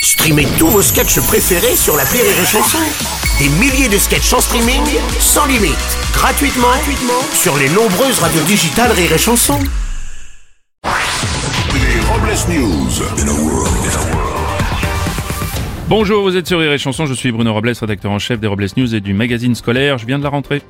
Streamez tous vos sketchs préférés sur l'appli Rire et Chanson. Des milliers de sketchs en streaming, sans limite, gratuitement sur les nombreuses radios digitales Rire et Chanson. Les Robles News. Bonjour, vous êtes sur Rire et Chanson, je suis Bruno Robles, rédacteur en chef des Robles News et du magazine scolaire. Je viens de la rentrée.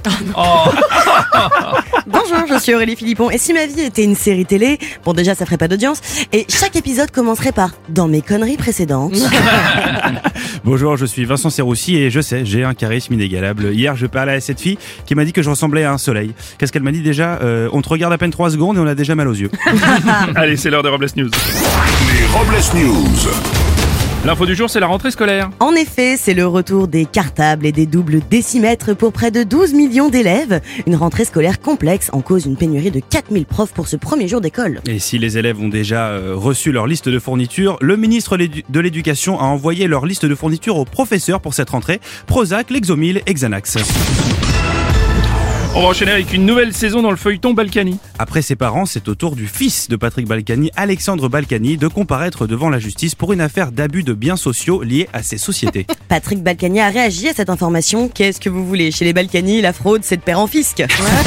Bonjour, je suis Aurélie Philippon et si ma vie était une série télé, bon déjà ça ferait pas d'audience, et chaque épisode commencerait par « Dans mes conneries précédentes ». Bonjour, je suis Vincent Serroussi et je sais, j'ai un charisme inégalable. Hier, je parlais à cette fille qui m'a dit que je ressemblais à un soleil. Qu'est-ce qu'elle m'a dit déjà On te regarde à peine 3 secondes et on a déjà mal aux yeux. Allez, c'est l'heure des Robles News. Les Robles News. L'info du jour, c'est la rentrée scolaire. En effet, c'est le retour des cartables et des doubles décimètres pour près de 12 millions d'élèves. Une rentrée scolaire complexe en cause une pénurie de 4000 profs pour ce premier jour d'école. Et si les élèves ont déjà reçu leur liste de fournitures, le ministre de l'Éducation a envoyé leur liste de fournitures aux professeurs pour cette rentrée. Prozac, Lexomil et Xanax. On va enchaîner avec une nouvelle saison dans le feuilleton Balkany. Après ses parents, c'est au tour du fils de Patrick Balkany, Alexandre Balkany, de comparaître devant la justice pour une affaire d'abus de biens sociaux liés à ses sociétés. Patrick Balkany a réagi à cette information. Qu'est-ce que vous voulez ? Chez les Balkany, la fraude, c'est de père en fisc.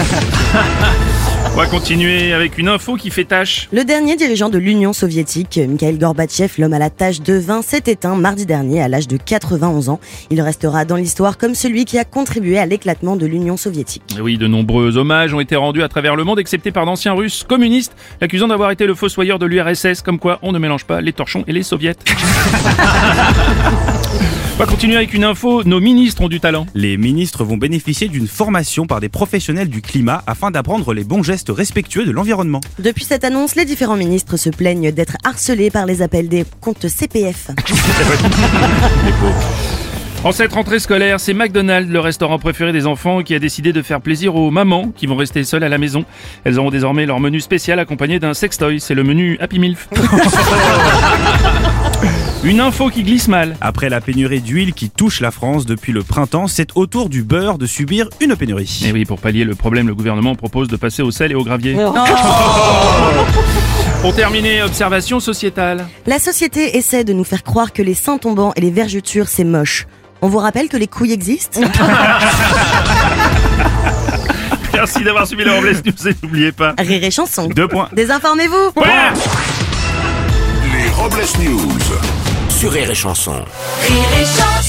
On va continuer avec une info qui fait tâche. Le dernier dirigeant de l'Union soviétique, Mikhail Gorbatchev, l'homme à la tache de vin, s'est éteint mardi dernier à l'âge de 91 ans. Il restera dans l'histoire comme celui qui a contribué à l'éclatement de l'Union soviétique. Et oui, de nombreux hommages ont été rendus à travers le monde, excepté par d'anciens Russes communistes, l'accusant d'avoir été le fossoyeur de l'URSS, comme quoi on ne mélange pas les torchons et les soviets. On va continuer avec une info, nos ministres ont du talent. Les ministres vont bénéficier d'une formation par des professionnels du climat afin d'apprendre les bons gestes respectueux de l'environnement. Depuis cette annonce, les différents ministres se plaignent d'être harcelés par les appels des comptes CPF. En cette rentrée scolaire, c'est McDonald's, le restaurant préféré des enfants, qui a décidé de faire plaisir aux mamans qui vont rester seules à la maison. Elles auront désormais leur menu spécial accompagné d'un sextoy. C'est le menu Happy Milf. Une info qui glisse mal. Après la pénurie d'huile qui touche la France depuis le printemps, c'est au tour du beurre de subir une pénurie. Et oui, pour pallier le problème, le gouvernement propose de passer au sel et au gravier. Pour terminer, observation sociétale. La société essaie de nous faire croire que les seins tombants et les vergetures, c'est moche. On vous rappelle que les couilles existent ? Merci d'avoir suivi les Robles News et n'oubliez pas... Rire et Chanson. 2 points. Désinformez-vous. Les Robles News. Sur Rire et Chanson. Rire et Chanson.